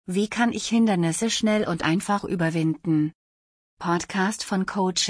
Wie kann ich Hindernisse schnell und einfach überwinden? Podcast von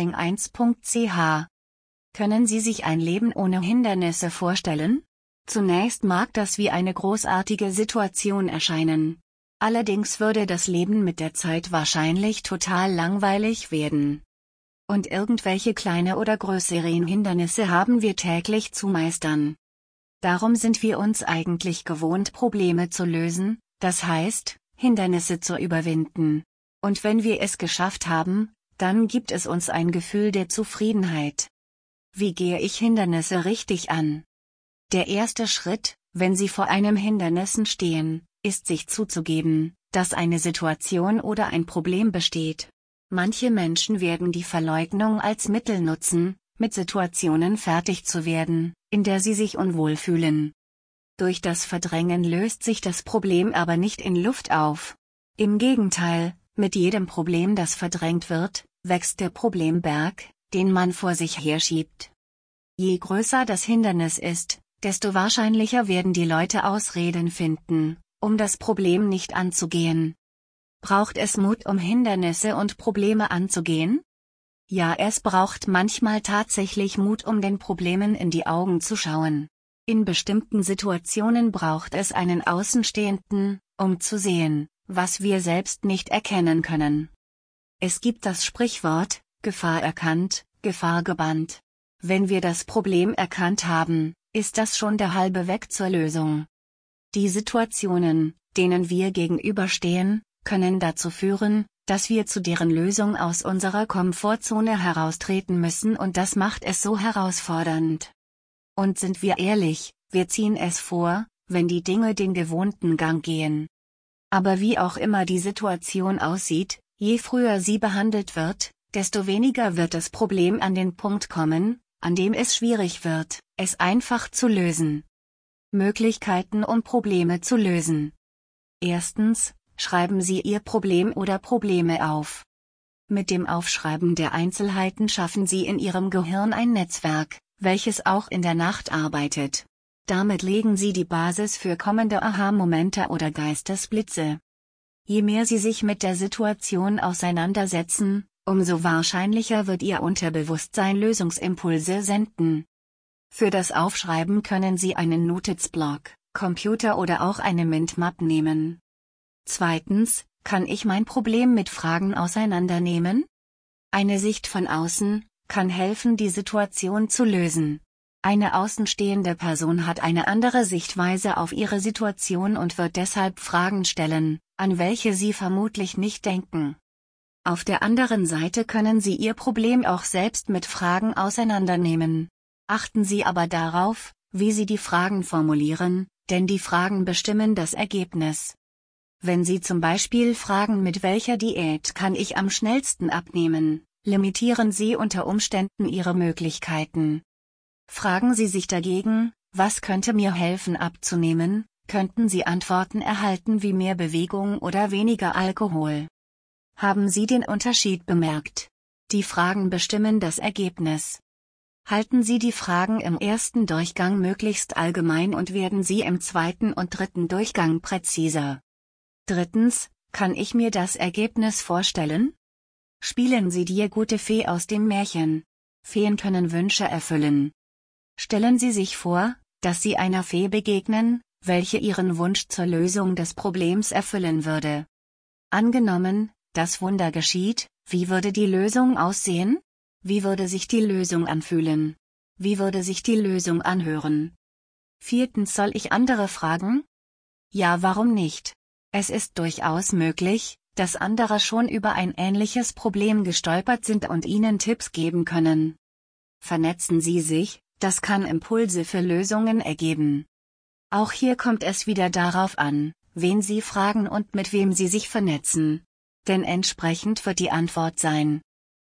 Coaching1.ch. Können Sie sich ein Leben ohne Hindernisse vorstellen? Zunächst mag das wie eine großartige Situation erscheinen. Allerdings würde das Leben mit der Zeit wahrscheinlich total langweilig werden. Und irgendwelche kleine oder größeren Hindernisse haben wir täglich zu meistern. Darum sind wir uns eigentlich gewohnt, Probleme zu lösen, das heißt, Hindernisse zu überwinden. Und wenn wir es geschafft haben, dann gibt es uns ein Gefühl der Zufriedenheit. Wie gehe ich Hindernisse richtig an? Der erste Schritt, wenn Sie vor einem Hindernissen stehen, ist sich zuzugeben, dass eine Situation oder ein Problem besteht. Manche Menschen werden die Verleugnung als Mittel nutzen, mit Situationen fertig zu werden, in der sie sich unwohl fühlen. Durch das Verdrängen löst sich das Problem aber nicht in Luft auf. Im Gegenteil, mit jedem Problem, das verdrängt wird, wächst der Problemberg, den man vor sich herschiebt. Je größer das Hindernis ist, desto wahrscheinlicher werden die Leute Ausreden finden, um das Problem nicht anzugehen. Braucht es Mut, um Hindernisse und Probleme anzugehen? Ja, es braucht manchmal tatsächlich Mut, um den Problemen in die Augen zu schauen. In bestimmten Situationen braucht es einen Außenstehenden, um zu sehen, was wir selbst nicht erkennen können. Es gibt das Sprichwort, Gefahr erkannt, Gefahr gebannt. Wenn wir das Problem erkannt haben, ist das schon der halbe Weg zur Lösung. Die Situationen, denen wir gegenüberstehen, können dazu führen, dass wir zu deren Lösung aus unserer Komfortzone heraustreten müssen, und das macht es so herausfordernd. Und sind wir ehrlich, wir ziehen es vor, wenn die Dinge den gewohnten Gang gehen. Aber wie auch immer die Situation aussieht, je früher sie behandelt wird, desto weniger wird das Problem an den Punkt kommen, an dem es schwierig wird, es einfach zu lösen. Möglichkeiten, um Probleme zu lösen. Erstens, schreiben Sie Ihr Problem oder Probleme auf. Mit dem Aufschreiben der Einzelheiten schaffen Sie in Ihrem Gehirn ein Netzwerk, welches auch in der Nacht arbeitet. Damit legen Sie die Basis für kommende Aha-Momente oder Geistesblitze. Je mehr Sie sich mit der Situation auseinandersetzen, umso wahrscheinlicher wird Ihr Unterbewusstsein Lösungsimpulse senden. Für das Aufschreiben können Sie einen Notizblock, Computer oder auch eine Mindmap nehmen. Zweitens, kann ich mein Problem mit Fragen auseinandernehmen? Eine Sicht von außen kann helfen, die Situation zu lösen. Eine außenstehende Person hat eine andere Sichtweise auf ihre Situation und wird deshalb Fragen stellen, an welche Sie vermutlich nicht denken. Auf der anderen Seite können Sie Ihr Problem auch selbst mit Fragen auseinandernehmen. Achten Sie aber darauf, wie Sie die Fragen formulieren, denn die Fragen bestimmen das Ergebnis. Wenn Sie zum Beispiel fragen, mit welcher Diät kann ich am schnellsten abnehmen, limitieren Sie unter Umständen Ihre Möglichkeiten. Fragen Sie sich dagegen, was könnte mir helfen abzunehmen, könnten Sie Antworten erhalten wie mehr Bewegung oder weniger Alkohol. Haben Sie den Unterschied bemerkt? Die Fragen bestimmen das Ergebnis. Halten Sie die Fragen im ersten Durchgang möglichst allgemein und werden Sie im zweiten und dritten Durchgang präziser. Drittens, kann ich mir das Ergebnis vorstellen? Spielen Sie die gute Fee aus dem Märchen. Feen können Wünsche erfüllen. Stellen Sie sich vor, dass Sie einer Fee begegnen, welche Ihren Wunsch zur Lösung des Problems erfüllen würde. Angenommen, das Wunder geschieht, wie würde die Lösung aussehen? Wie würde sich die Lösung anfühlen? Wie würde sich die Lösung anhören? Viertens, soll ich andere fragen? Ja, warum nicht? Es ist durchaus möglich, dass andere schon über ein ähnliches Problem gestolpert sind und Ihnen Tipps geben können. Vernetzen Sie sich, das kann Impulse für Lösungen ergeben. Auch hier kommt es wieder darauf an, wen Sie fragen und mit wem Sie sich vernetzen. Denn entsprechend wird die Antwort sein.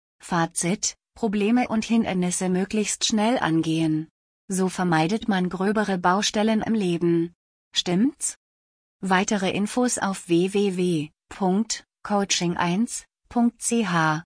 Fazit: Probleme und Hindernisse möglichst schnell angehen. So vermeidet man gröbere Baustellen im Leben. Stimmt's? Weitere Infos auf www.coaching1.ch